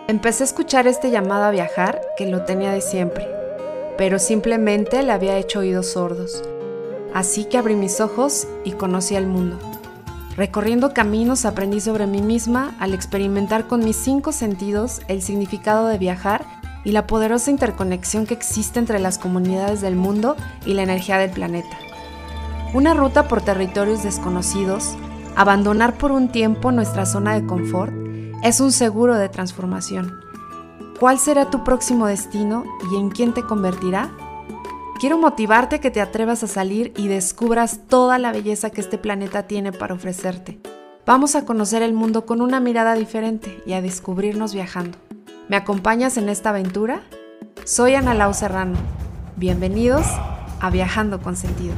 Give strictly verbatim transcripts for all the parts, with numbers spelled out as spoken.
Empecé a escuchar este llamado a viajar que lo tenía de siempre, pero simplemente le había hecho oídos sordos. Así que abrí mis ojos y conocí el mundo. Recorriendo caminos aprendí sobre mí misma al experimentar con mis cinco sentidos el significado de viajar y la poderosa interconexión que existe entre las comunidades del mundo y la energía del planeta. Una ruta por territorios desconocidos, abandonar por un tiempo nuestra zona de confort, es un seguro de transformación. ¿Cuál será tu próximo destino y en quién te convertirá? Quiero motivarte a que te atrevas a salir y descubras toda la belleza que este planeta tiene para ofrecerte. Vamos a conocer el mundo con una mirada diferente y a descubrirnos viajando. ¿Me acompañas en esta aventura? Soy Ana Lau Serrano. Bienvenidos a Viajando con Sentido.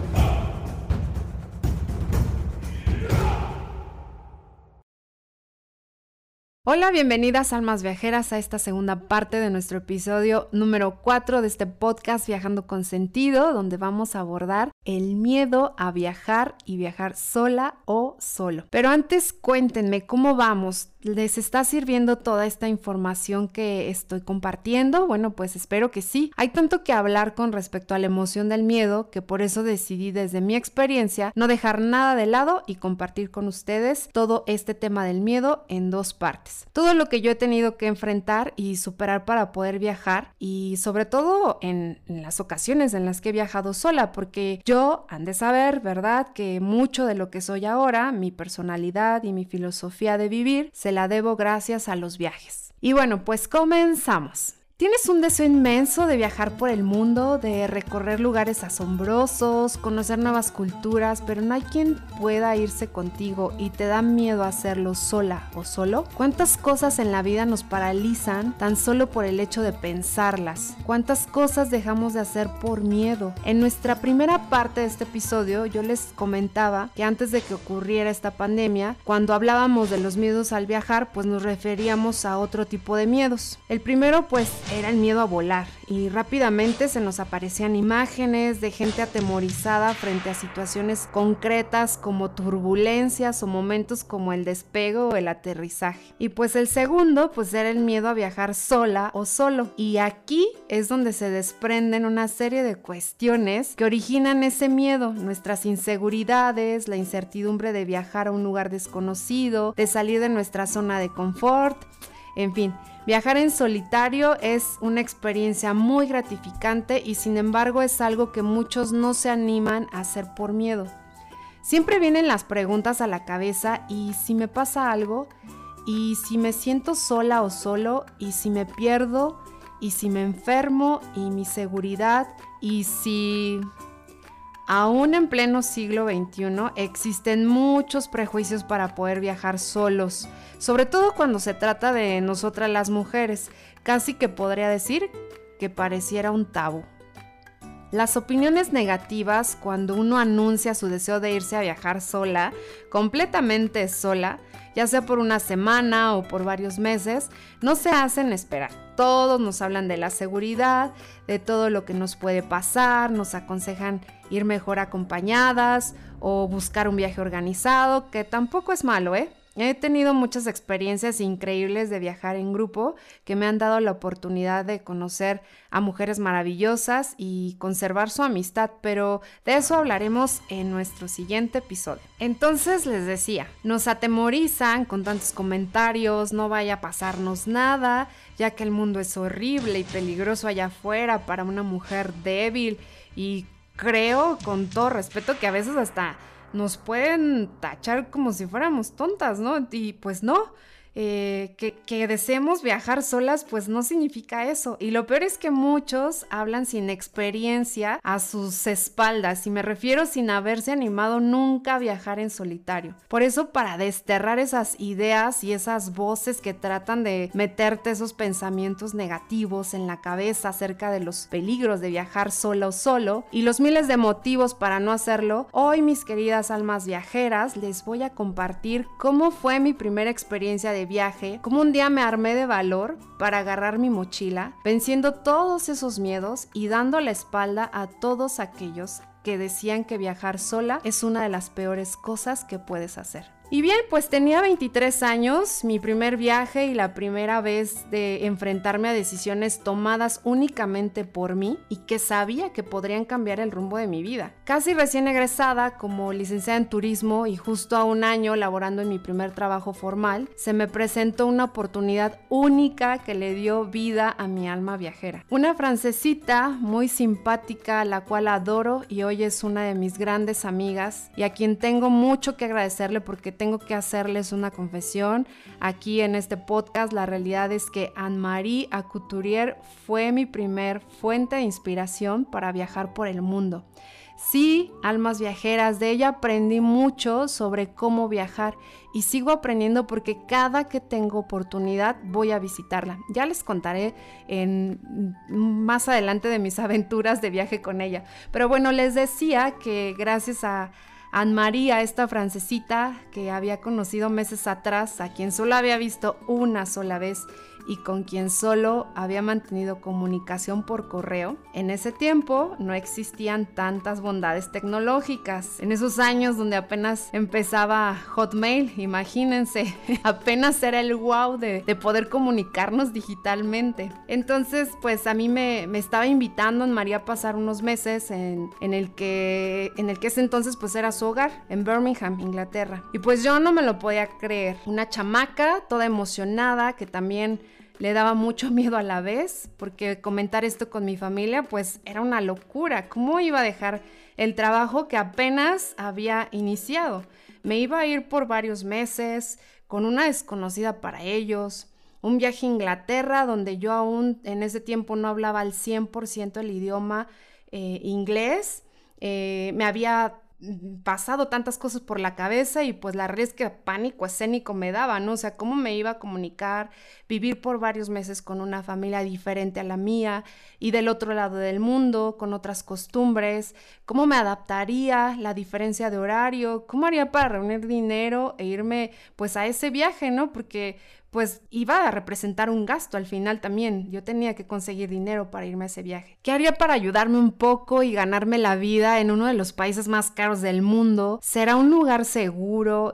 Hola, bienvenidas almas viajeras a esta segunda parte de nuestro episodio número cuatro de este podcast Viajando con Sentido, donde vamos a abordar el miedo a viajar y viajar sola o solo. Pero antes cuéntenme cómo vamos. ¿Les está sirviendo toda esta información que estoy compartiendo? Bueno, pues espero que sí. Hay tanto que hablar con respecto a la emoción del miedo que por eso decidí desde mi experiencia no dejar nada de lado y compartir con ustedes todo este tema del miedo en dos partes. Todo lo que yo he tenido que enfrentar y superar para poder viajar y sobre todo en, en las ocasiones en las que he viajado sola, porque yo han de saber, ¿verdad?, que mucho de lo que soy ahora, mi personalidad y mi filosofía de vivir, se la debo gracias a los viajes. Y bueno, pues comenzamos. ¿Tienes un deseo inmenso de viajar por el mundo, de recorrer lugares asombrosos, conocer nuevas culturas, pero no hay quien pueda irse contigo y te da miedo hacerlo sola o solo? ¿Cuántas cosas en la vida nos paralizan tan solo por el hecho de pensarlas? ¿Cuántas cosas dejamos de hacer por miedo? En nuestra primera parte de este episodio yo les comentaba que antes de que ocurriera esta pandemia, cuando hablábamos de los miedos al viajar, pues nos referíamos a otro tipo de miedos. El primero, pues, era el miedo a volar y rápidamente se nos aparecían imágenes de gente atemorizada frente a situaciones concretas como turbulencias o momentos como el despegue o el aterrizaje. Y pues el segundo, pues era el miedo a viajar sola o solo. Y aquí es donde se desprenden una serie de cuestiones que originan ese miedo, nuestras inseguridades, la incertidumbre de viajar a un lugar desconocido, de salir de nuestra zona de confort, en fin. Viajar en solitario es una experiencia muy gratificante y sin embargo es algo que muchos no se animan a hacer por miedo. Siempre vienen las preguntas a la cabeza: ¿y si me pasa algo? ¿Y si me siento sola o solo? ¿Y si me pierdo? ¿Y si me enfermo? ¿Y mi seguridad? ¿Y si...? Aún en pleno siglo veintiuno existen muchos prejuicios para poder viajar solos, sobre todo cuando se trata de nosotras las mujeres, casi que podría decir que pareciera un tabú. Las opiniones negativas cuando uno anuncia su deseo de irse a viajar sola, completamente sola, ya sea por una semana o por varios meses, no se hacen esperar. Todos nos hablan de la seguridad, de todo lo que nos puede pasar, nos aconsejan ir mejor acompañadas o buscar un viaje organizado, que tampoco es malo, ¿eh? He tenido muchas experiencias increíbles de viajar en grupo que me han dado la oportunidad de conocer a mujeres maravillosas y conservar su amistad, pero de eso hablaremos en nuestro siguiente episodio. Entonces les decía, nos atemorizan con tantos comentarios, no vaya a pasarnos nada, ya que el mundo es horrible y peligroso allá afuera para una mujer débil, y creo, con todo respeto, que a veces hasta nos pueden tachar como si fuéramos tontas, ¿no? Y pues no, eh, que, que deseemos viajar solas, pues no significa eso. Y lo peor es que muchos hablan sin experiencia a sus espaldas, y me refiero sin haberse animado nunca a viajar en solitario. Por eso, para desterrar esas ideas y esas voces que tratan de meterte esos pensamientos negativos en la cabeza acerca de los peligros de viajar sola o solo y los miles de motivos para no hacerlo, hoy, mis queridas almas viajeras, les voy a compartir cómo fue mi primera experiencia de viaje, cómo un día me armé de valor para agarrar mi mochila, venciendo todos esos miedos y dando la espalda a todos aquellos que decían que viajar sola es una de las peores cosas que puedes hacer. Y bien, pues tenía veintitrés años, mi primer viaje y la primera vez de enfrentarme a decisiones tomadas únicamente por mí y que sabía que podrían cambiar el rumbo de mi vida. Casi recién egresada como licenciada en turismo y justo a un año laborando en mi primer trabajo formal, se me presentó una oportunidad única que le dio vida a mi alma viajera. Una francesita muy simpática, a la cual adoro y hoy es una de mis grandes amigas y a quien tengo mucho que agradecerle porque tengo que hacerles una confesión aquí en este podcast. La realidad es que Anne-Marie Acouturier fue mi primer fuente de inspiración para viajar por el mundo. Sí, almas viajeras, de ella aprendí mucho sobre cómo viajar y sigo aprendiendo porque cada que tengo oportunidad voy a visitarla. Ya les contaré en, más adelante de mis aventuras de viaje con ella. Pero bueno, les decía que gracias a Anne-Marie, esta francesita que había conocido meses atrás, a quien solo había visto una sola vez y con quien solo había mantenido comunicación por correo. En ese tiempo no existían tantas bondades tecnológicas. En esos años donde apenas empezaba Hotmail, imagínense, apenas era el wow de, de poder comunicarnos digitalmente. Entonces, pues a mí me, me estaba invitando Anne-Marie a pasar unos meses en, en, el que, en el que ese entonces pues era su hogar, en Birmingham, Inglaterra. Y pues yo no me lo podía creer. Una chamaca toda emocionada que también le daba mucho miedo a la vez, porque comentar esto con mi familia pues era una locura. ¿Cómo iba a dejar el trabajo que apenas había iniciado? Me iba a ir por varios meses con una desconocida para ellos, un viaje a Inglaterra donde yo aún en ese tiempo no hablaba al cien por ciento el idioma eh, inglés. Eh, me había pasado tantas cosas por la cabeza y pues la realidad es que pánico escénico me daba, ¿no? O sea, cómo me iba a comunicar, vivir por varios meses con una familia diferente a la mía y del otro lado del mundo, con otras costumbres, cómo me adaptaría, la diferencia de horario, cómo haría para reunir dinero e irme pues a ese viaje, ¿no? Porque pues iba a representar un gasto al final también. Yo tenía que conseguir dinero para irme a ese viaje. ¿Qué haría para ayudarme un poco y ganarme la vida en uno de los países más caros del mundo? ¿Será un lugar seguro?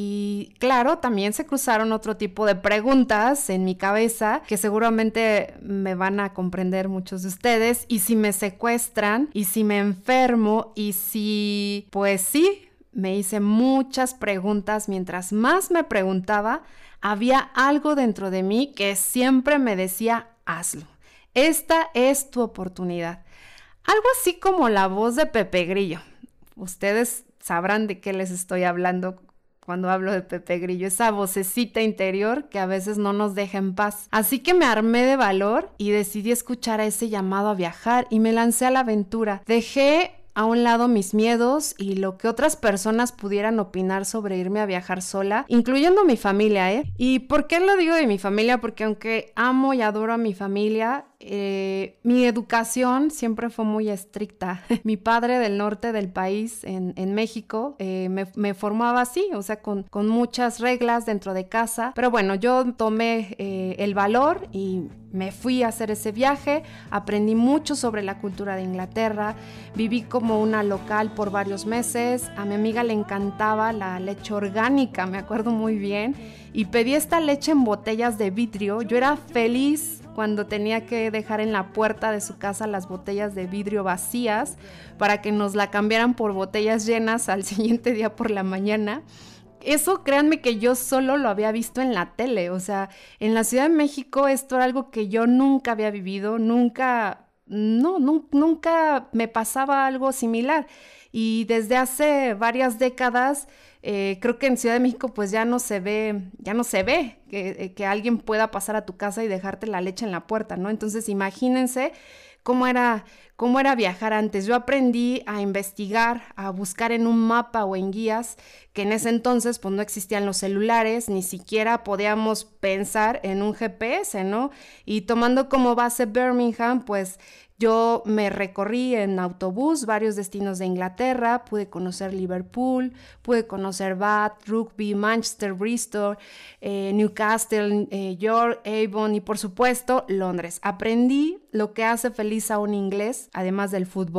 Y claro, también se cruzaron otro tipo de preguntas en mi cabeza que seguramente me van a comprender muchos de ustedes. ¿Y si me secuestran? ¿Y si me enfermo? ¿Y si...? Pues sí, me hice muchas preguntas. Mientras más me preguntaba, había algo dentro de mí que siempre me decía, hazlo. Esta es tu oportunidad. Algo así como la voz de Pepe Grillo. Ustedes sabrán de qué les estoy hablando cuando hablo de Pepe Grillo. Esa vocecita interior que a veces no nos deja en paz. Así que me armé de valor y decidí escuchar a ese llamado a viajar y me lancé a la aventura. Dejé a un lado mis miedos y lo que otras personas pudieran opinar sobre irme a viajar sola, incluyendo mi familia, ¿eh? ¿Y por qué lo digo de mi familia? Porque aunque amo y adoro a mi familia, eh, mi educación siempre fue muy estricta. Mi padre del norte del país, en, en México, eh, me, me formaba así, o sea, con, con muchas reglas dentro de casa. Pero bueno, yo tomé eh, el valor y me fui a hacer ese viaje, aprendí mucho sobre la cultura de Inglaterra, viví como una local por varios meses, a mi amiga le encantaba la leche orgánica, me acuerdo muy bien, y pedí esta leche en botellas de vidrio. Yo era feliz cuando tenía que dejar en la puerta de su casa las botellas de vidrio vacías para que nos la cambiaran por botellas llenas al siguiente día por la mañana. Eso, créanme que yo solo lo había visto en la tele, o sea, en la Ciudad de México esto era algo que yo nunca había vivido, nunca, no, no, nunca me pasaba algo similar. Y desde hace varias décadas, eh, creo que en Ciudad de México pues ya no se ve, ya no se ve que, que alguien pueda pasar a tu casa y dejarte la leche en la puerta, ¿no? Entonces imagínense cómo era, cómo era viajar antes. Yo aprendí a investigar, a buscar en un mapa o en guías, que en ese entonces pues no existían los celulares, ni siquiera podíamos pensar en un G P S, ¿no? Y tomando como base Birmingham, pues yo me recorrí en autobús varios destinos de Inglaterra, pude conocer Liverpool, pude conocer Bath, Rugby, Manchester, Bristol, eh, Newcastle, eh, York, Avon y por supuesto Londres. Aprendí lo que hace feliz a un inglés, además del fútbol.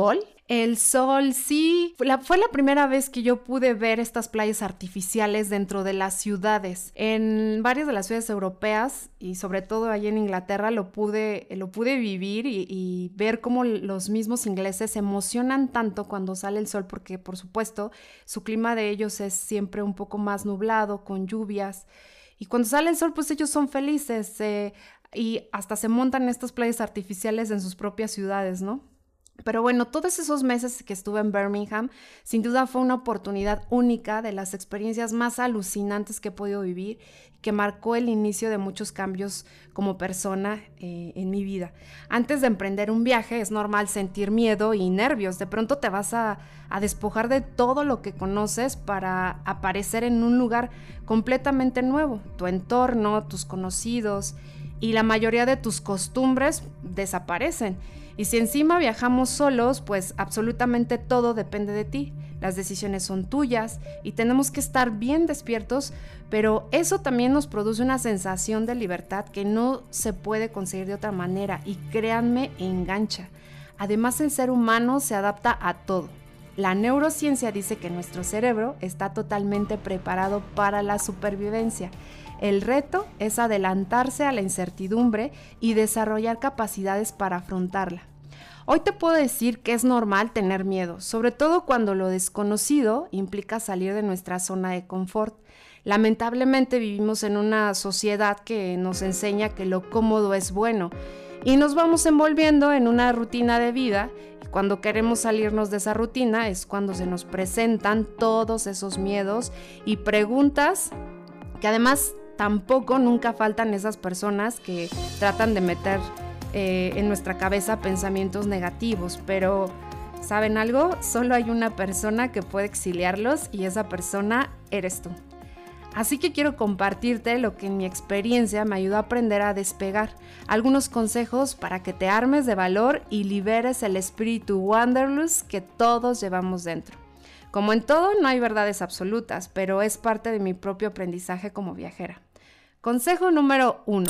El sol, sí. Fue la, fue la primera vez que yo pude ver estas playas artificiales dentro de las ciudades. En varias de las ciudades europeas y sobre todo allí en Inglaterra lo pude, lo pude vivir y, y ver cómo los mismos ingleses se emocionan tanto cuando sale el sol porque, por supuesto, su clima de ellos es siempre un poco más nublado, con lluvias. Y cuando sale el sol, pues ellos son felices eh, y hasta se montan estas playas artificiales en sus propias ciudades, ¿no? Pero bueno, todos esos meses que estuve en Birmingham, sin duda fue una oportunidad única, de las experiencias más alucinantes que he podido vivir, que marcó el inicio de muchos cambios como persona eh, en mi vida. Antes de emprender un viaje es normal sentir miedo y nervios. De pronto te vas a, a despojar de todo lo que conoces para aparecer en un lugar completamente nuevo. Tu entorno, tus conocidos y la mayoría de tus costumbres desaparecen. Y si encima viajamos solos, pues absolutamente todo depende de ti. Las decisiones son tuyas y tenemos que estar bien despiertos, pero eso también nos produce una sensación de libertad que no se puede conseguir de otra manera y créanme, engancha. Además, el ser humano se adapta a todo. La neurociencia dice que nuestro cerebro está totalmente preparado para la supervivencia. El reto es adelantarse a la incertidumbre y desarrollar capacidades para afrontarla. Hoy te puedo decir que es normal tener miedo, sobre todo cuando lo desconocido implica salir de nuestra zona de confort. Lamentablemente vivimos en una sociedad que nos enseña que lo cómodo es bueno y nos vamos envolviendo en una rutina de vida. Y cuando queremos salirnos de esa rutina es cuando se nos presentan todos esos miedos y preguntas que además tampoco nunca faltan esas personas que tratan de meter eh, en nuestra cabeza pensamientos negativos, pero ¿saben algo? Solo hay una persona que puede exiliarlos y esa persona eres tú. Así que quiero compartirte lo que en mi experiencia me ayudó a aprender a despegar, algunos consejos para que te armes de valor y liberes el espíritu wanderlust que todos llevamos dentro. Como en todo, no hay verdades absolutas, pero es parte de mi propio aprendizaje como viajera. Consejo número uno.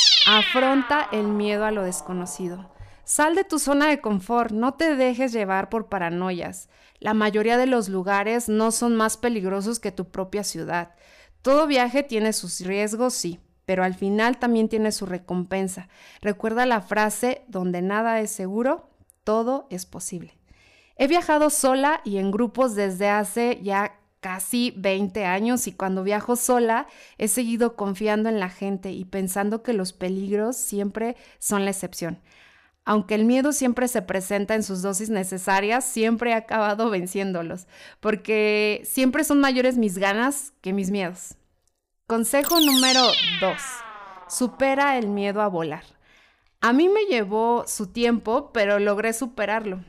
Afronta el miedo a lo desconocido. Sal de tu zona de confort, no te dejes llevar por paranoias. La mayoría de los lugares no son más peligrosos que tu propia ciudad. Todo viaje tiene sus riesgos, sí, pero al final también tiene su recompensa. Recuerda la frase, donde nada es seguro, todo es posible. He viajado sola y en grupos desde hace ya casi veinte años y cuando viajo sola he seguido confiando en la gente y pensando que los peligros siempre son la excepción. Aunque el miedo siempre se presenta en sus dosis necesarias, siempre he acabado venciéndolos, porque siempre son mayores mis ganas que mis miedos. Consejo número dos. Supera el miedo a volar. A mí me llevó su tiempo, pero logré superarlo.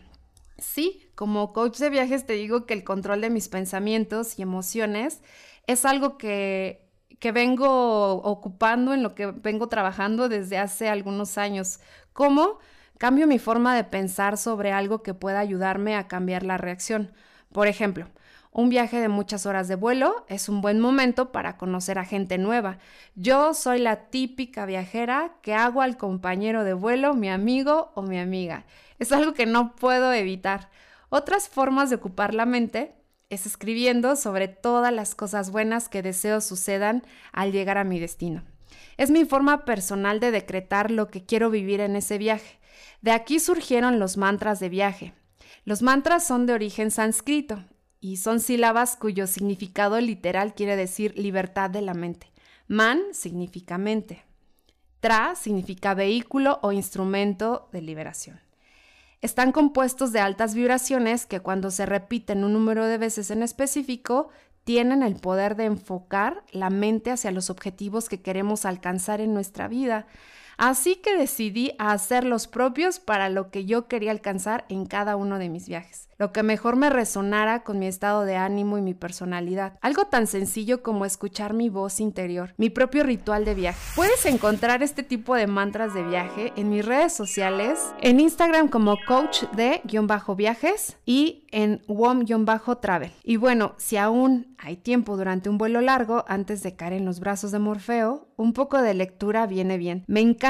Sí, como coach de viajes te digo que el control de mis pensamientos y emociones es algo que, que vengo ocupando, en lo que vengo trabajando desde hace algunos años. ¿Cómo? Cambio mi forma de pensar sobre algo que pueda ayudarme a cambiar la reacción. Por ejemplo, un viaje de muchas horas de vuelo es un buen momento para conocer a gente nueva. Yo soy la típica viajera que hago al compañero de vuelo mi amigo o mi amiga. Es algo que no puedo evitar. Otras formas de ocupar la mente es escribiendo sobre todas las cosas buenas que deseo sucedan al llegar a mi destino. Es mi forma personal de decretar lo que quiero vivir en ese viaje. De aquí surgieron los mantras de viaje. Los mantras son de origen sánscrito y son sílabas cuyo significado literal quiere decir libertad de la mente. Man significa mente. Tra significa vehículo o instrumento de liberación. Están compuestos de altas vibraciones que cuando se repiten un número de veces en específico, tienen el poder de enfocar la mente hacia los objetivos que queremos alcanzar en nuestra vida. Así que decidí hacer los propios para lo que yo quería alcanzar en cada uno de mis viajes, lo que mejor me resonara con mi estado de ánimo y mi personalidad. Algo tan sencillo como escuchar mi voz interior, mi propio ritual de viaje. Puedes encontrar este tipo de mantras de viaje en mis redes sociales, en Instagram como coach de guión bajo viajes y en wom-travel. Y bueno, si aún hay tiempo durante un vuelo largo, antes de caer en los brazos de Morfeo, un poco de lectura viene bien. Me encanta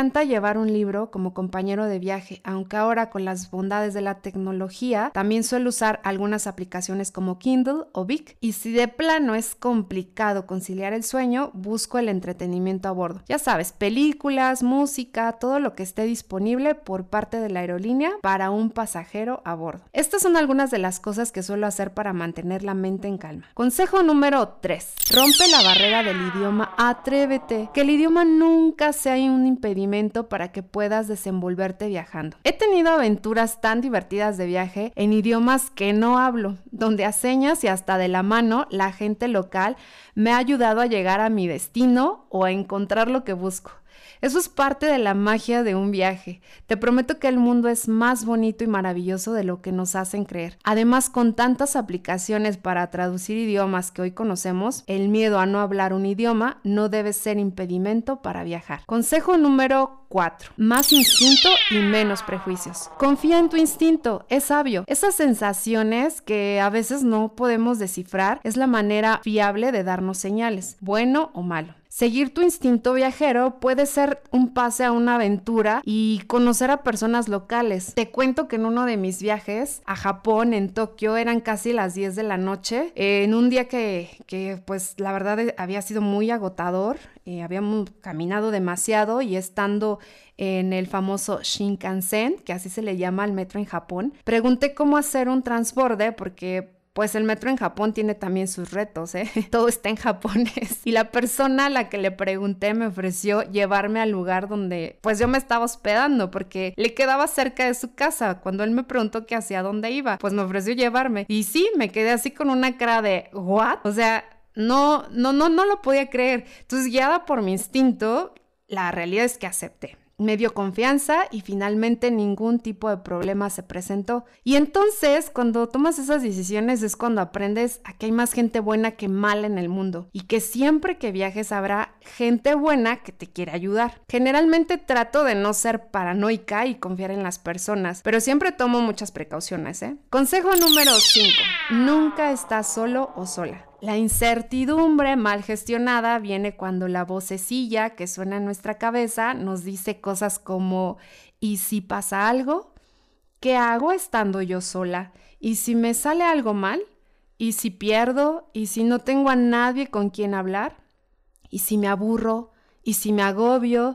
encanta llevar un libro como compañero de viaje, aunque ahora con las bondades de la tecnología también suelo usar algunas aplicaciones como Kindle o Vic. Y si de plano es complicado conciliar el sueño, busco el entretenimiento a bordo. Ya sabes, películas, música, todo lo que esté disponible por parte de la aerolínea para un pasajero a bordo. Estas son algunas de las cosas que suelo hacer para mantener la mente en calma. Consejo número tres. Rompe la barrera del idioma. Atrévete. Que el idioma nunca sea un impedimento para que puedas desenvolverte viajando. He tenido aventuras tan divertidas de viaje en idiomas que no hablo, donde a señas y hasta de la mano la gente local me ha ayudado a llegar a mi destino o a encontrar lo que busco. Eso es parte de la magia de un viaje. Te prometo que el mundo es más bonito y maravilloso de lo que nos hacen creer. Además, con tantas aplicaciones para traducir idiomas que hoy conocemos, el miedo a no hablar un idioma no debe ser impedimento para viajar. Consejo número cuatro. Más instinto y menos prejuicios. Confía en tu instinto, es sabio. Esas sensaciones que a veces no podemos descifrar es la manera fiable de darnos señales, bueno o malo. Seguir tu instinto viajero puede ser un pase a una aventura y conocer a personas locales. Te cuento que en uno de mis viajes a Japón, en Tokio, eran casi las diez de la noche, eh, en un día que, que pues la verdad había sido muy agotador. Eh, habíamos caminado demasiado y estando en el famoso Shinkansen, que así se le llama al metro en Japón, pregunté cómo hacer un transborde porque pues el metro en Japón tiene también sus retos, ¿eh? Todo está en japonés. Y la persona a la que le pregunté me ofreció llevarme al lugar donde pues yo me estaba hospedando porque le quedaba cerca de su casa. Cuando él me preguntó que hacia dónde iba, pues me ofreció llevarme. Y sí, me quedé así con una cara de ¿what? O sea, no, no, no, no lo podía creer. Entonces, guiada por mi instinto, la realidad es que acepté. Me dio confianza y finalmente ningún tipo de problema se presentó. Y entonces, cuando tomas esas decisiones es cuando aprendes a que hay más gente buena que mala en el mundo y que siempre que viajes habrá gente buena que te quiere ayudar. Generalmente trato de no ser paranoica y confiar en las personas, pero siempre tomo muchas precauciones, ¿eh? Consejo número cinco. Nunca estás solo o sola. La incertidumbre mal gestionada viene cuando la vocecilla que suena en nuestra cabeza nos dice cosas como ¿y si pasa algo? ¿Qué hago estando yo sola? ¿Y si me sale algo mal? ¿Y si pierdo? ¿Y si no tengo a nadie con quien hablar? ¿Y si me aburro? ¿Y si me agobio?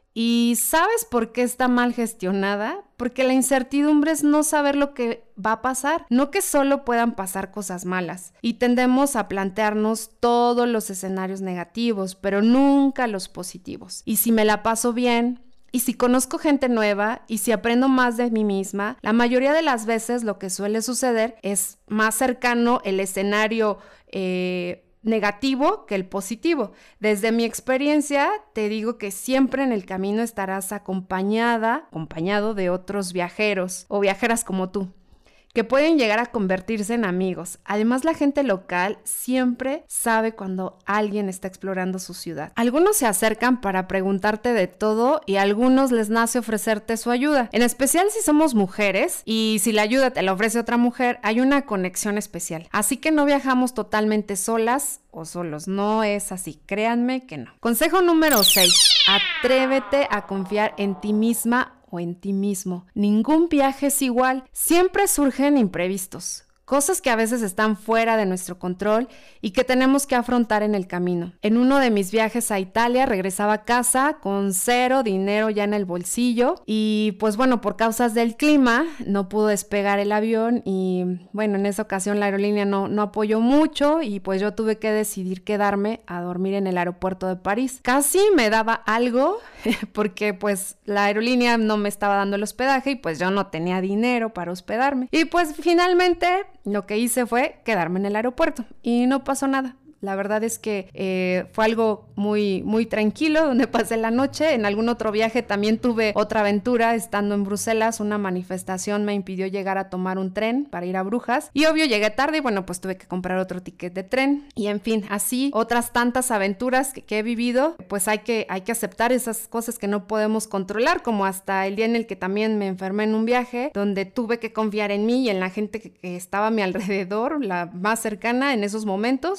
¿Y sabes por qué está mal gestionada? Porque la incertidumbre es no saber lo que va a pasar, no que solo puedan pasar cosas malas. Y tendemos a plantearnos todos los escenarios negativos, pero nunca los positivos. ¿Y si me la paso bien? ¿Y si conozco gente nueva? ¿Y si aprendo más de mí misma? La mayoría de las veces lo que suele suceder es más cercano el escenario eh, negativo que el positivo. Desde mi experiencia te digo que siempre en el camino estarás acompañada, acompañado de otros viajeros o viajeras como tú, que pueden llegar a convertirse en amigos. Además, la gente local siempre sabe cuando alguien está explorando su ciudad. Algunos se acercan para preguntarte de todo y a algunos les nace ofrecerte su ayuda. En especial si somos mujeres y si la ayuda te la ofrece otra mujer, hay una conexión especial. Así que no viajamos totalmente solas o solos. No es así. Créanme que no. Consejo número seis. Atrévete a confiar en ti misma o en ti mismo. Ningún viaje es igual. Siempre surgen imprevistos, cosas que a veces están fuera de nuestro control y que tenemos que afrontar en el camino. En uno de mis viajes a Italia regresaba a casa con cero dinero ya en el bolsillo y pues bueno, por causas del clima no pudo despegar el avión y bueno, en esa ocasión la aerolínea no, no apoyó mucho y pues yo tuve que decidir quedarme a dormir en el aeropuerto de París. Casi me daba algo porque pues la aerolínea no me estaba dando el hospedaje y pues yo no tenía dinero para hospedarme. Y pues finalmente lo que hice fue quedarme en el aeropuerto y no pasó nada. La verdad es que eh, fue algo muy, muy tranquilo donde pasé la noche. En algún otro viaje también tuve otra aventura estando en Bruselas. Una manifestación me impidió llegar a tomar un tren para ir a Brujas. Y obvio llegué tarde y bueno, pues tuve que comprar otro ticket de tren. Y en fin, así otras tantas aventuras que, que he vivido. Pues hay que, hay que aceptar esas cosas que no podemos controlar, como hasta el día en el que también me enfermé en un viaje, donde tuve que confiar en mí y en la gente que, que estaba a mi alrededor, la más cercana en esos momentos, para poder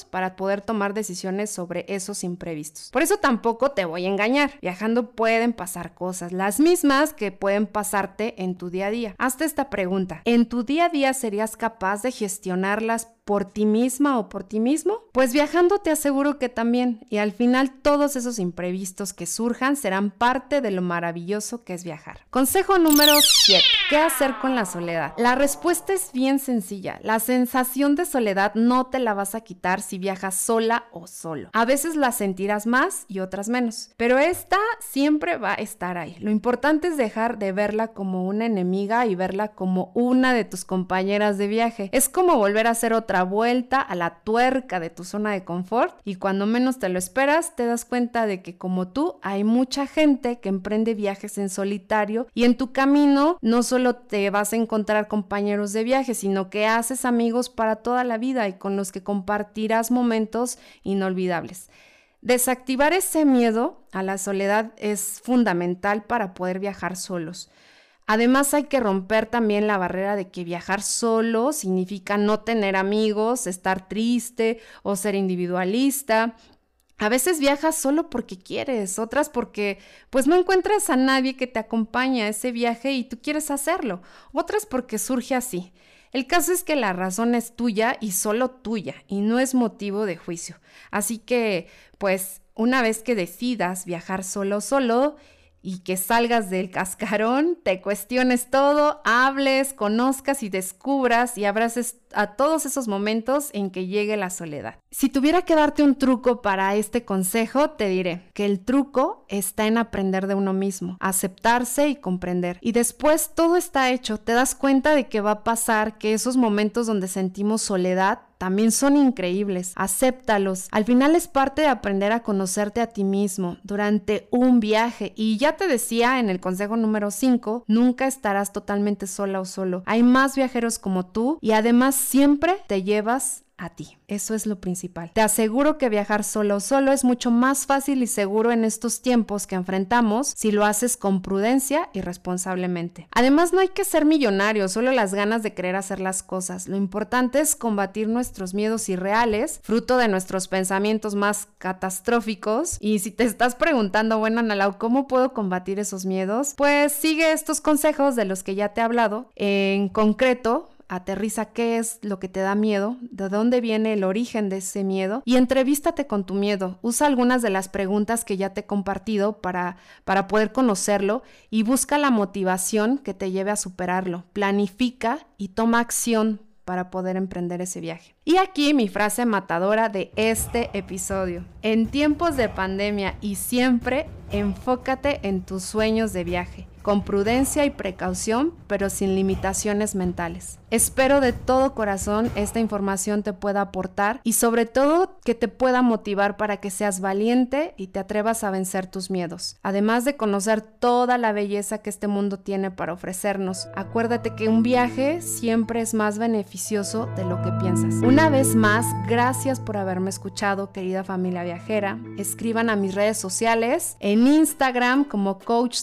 poder tomar decisiones sobre esos imprevistos. Por eso tampoco te voy a engañar. Viajando pueden pasar cosas, las mismas que pueden pasarte en tu día a día. Hazte esta pregunta. ¿En tu día a día serías capaz de gestionarlas por ti misma o por ti mismo? Pues viajando te aseguro que también, y al final todos esos imprevistos que surjan serán parte de lo maravilloso que es viajar. Consejo número siete. ¿Qué hacer con la soledad? La respuesta es bien sencilla. La sensación de soledad no te la vas a quitar si viajas sola o solo. A veces la sentirás más y otras menos, pero esta siempre va a estar ahí. Lo importante es dejar de verla como una enemiga y verla como una de tus compañeras de viaje. Es como volver a hacer otra vuelta a la tuerca de tu zona de confort, y cuando menos te lo esperas te das cuenta de que como tú hay mucha gente que emprende viajes en solitario, y en tu camino no solo te vas a encontrar compañeros de viaje, sino que haces amigos para toda la vida y con los que compartirás momentos inolvidables. Desactivar ese miedo a la soledad es fundamental para poder viajar solos. Además, hay que romper también la barrera de que viajar solo significa no tener amigos, estar triste o ser individualista. A veces viajas solo porque quieres, otras porque pues no encuentras a nadie que te acompañe a ese viaje y tú quieres hacerlo, otras porque surge así. El caso es que la razón es tuya y solo tuya, y no es motivo de juicio. Así que, pues, una vez que decidas viajar solo solo y que salgas del cascarón, te cuestiones todo, hables, conozcas y descubras y abraces a todos esos momentos en que llegue la soledad. Si tuviera que darte un truco para este consejo, te diré que el truco está en aprender de uno mismo, aceptarse y comprender. Y después todo está hecho, te das cuenta de que va a pasar, que esos momentos donde sentimos soledad también son increíbles. Acéptalos. Al final es parte de aprender a conocerte a ti mismo durante un viaje. Y ya te decía en el consejo número cinco, nunca estarás totalmente sola o solo. Hay más viajeros como tú y además siempre te llevas a ti. Eso es lo principal. Te aseguro que viajar solo o solo es mucho más fácil y seguro en estos tiempos que enfrentamos si lo haces con prudencia y responsablemente. Además, no hay que ser millonario, solo las ganas de querer hacer las cosas. Lo importante es combatir nuestros miedos irreales, fruto de nuestros pensamientos más catastróficos. Y si te estás preguntando, bueno, Ana Lau, ¿cómo puedo combatir esos miedos? Pues sigue estos consejos de los que ya te he hablado. En concreto, aterriza qué es lo que te da miedo, de dónde viene el origen de ese miedo y entrevístate con tu miedo. Usa algunas de las preguntas que ya te he compartido para, para poder conocerlo y busca la motivación que te lleve a superarlo. Planifica y toma acción para poder emprender ese viaje. Y aquí mi frase matadora de este episodio. En tiempos de pandemia y siempre, enfócate en tus sueños de viaje, con prudencia y precaución, pero sin limitaciones mentales. Espero de todo corazón esta información te pueda aportar y sobre todo que te pueda motivar para que seas valiente y te atrevas a vencer tus miedos. Además de conocer toda la belleza que este mundo tiene para ofrecernos, acuérdate que un viaje siempre es más beneficioso de lo que piensas. Una vez más, gracias por haberme escuchado, querida familia viajera. Escriban a mis redes sociales, en Instagram como coach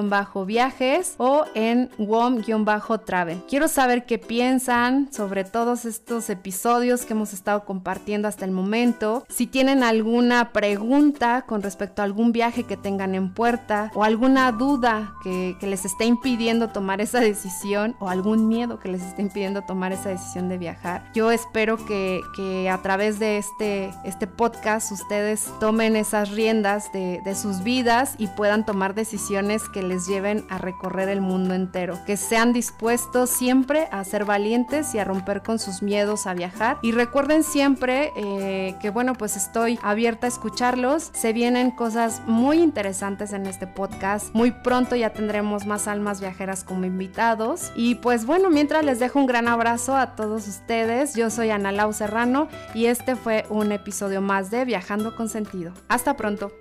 de-viajes o en wom-travel. Quiero saber qué piensan sobre todos estos episodios que hemos estado compartiendo hasta el momento. Si tienen alguna pregunta con respecto a algún viaje que tengan en puerta o alguna duda que, que les esté impidiendo tomar esa decisión o algún miedo que les esté impidiendo tomar esa decisión de viajar, yo espero que, que a través de este, este podcast ustedes tomen esas riendas de, de sus vidas y puedan tomar decisiones que les lleven a recorrer el mundo entero, que sean dispuestos siempre a ser valientes y a romper con sus miedos a viajar. Y recuerden siempre eh, que bueno, pues estoy abierta a escucharlos. Se vienen cosas muy interesantes en este podcast. Muy pronto ya tendremos más almas viajeras como invitados. Y pues bueno, mientras les dejo un gran abrazo a todos ustedes. Yo soy Ana Lau Serrano y este fue un episodio más de Viajando con Sentido. Hasta pronto.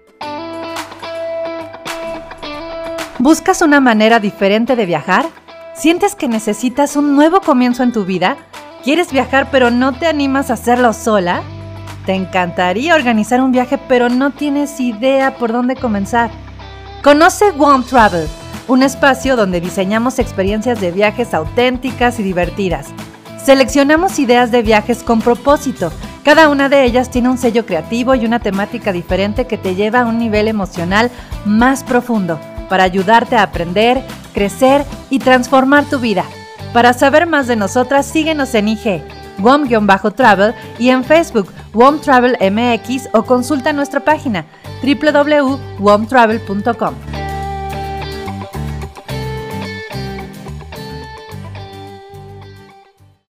¿Buscas una manera diferente de viajar? ¿Sientes que necesitas un nuevo comienzo en tu vida? ¿Quieres viajar pero no te animas a hacerlo sola? ¿Te encantaría organizar un viaje pero no tienes idea por dónde comenzar? Conoce Wom Travel, un espacio donde diseñamos experiencias de viajes auténticas y divertidas. Seleccionamos ideas de viajes con propósito Cada una de ellas tiene un sello creativo y una temática diferente que te lleva a un nivel emocional más profundo para ayudarte a aprender, crecer y transformar tu vida. Para saber más de nosotras, síguenos en I G, W O M-Travel, y en Facebook, W O M Travel M X, o consulta nuestra página w w w punto w o m travel punto com.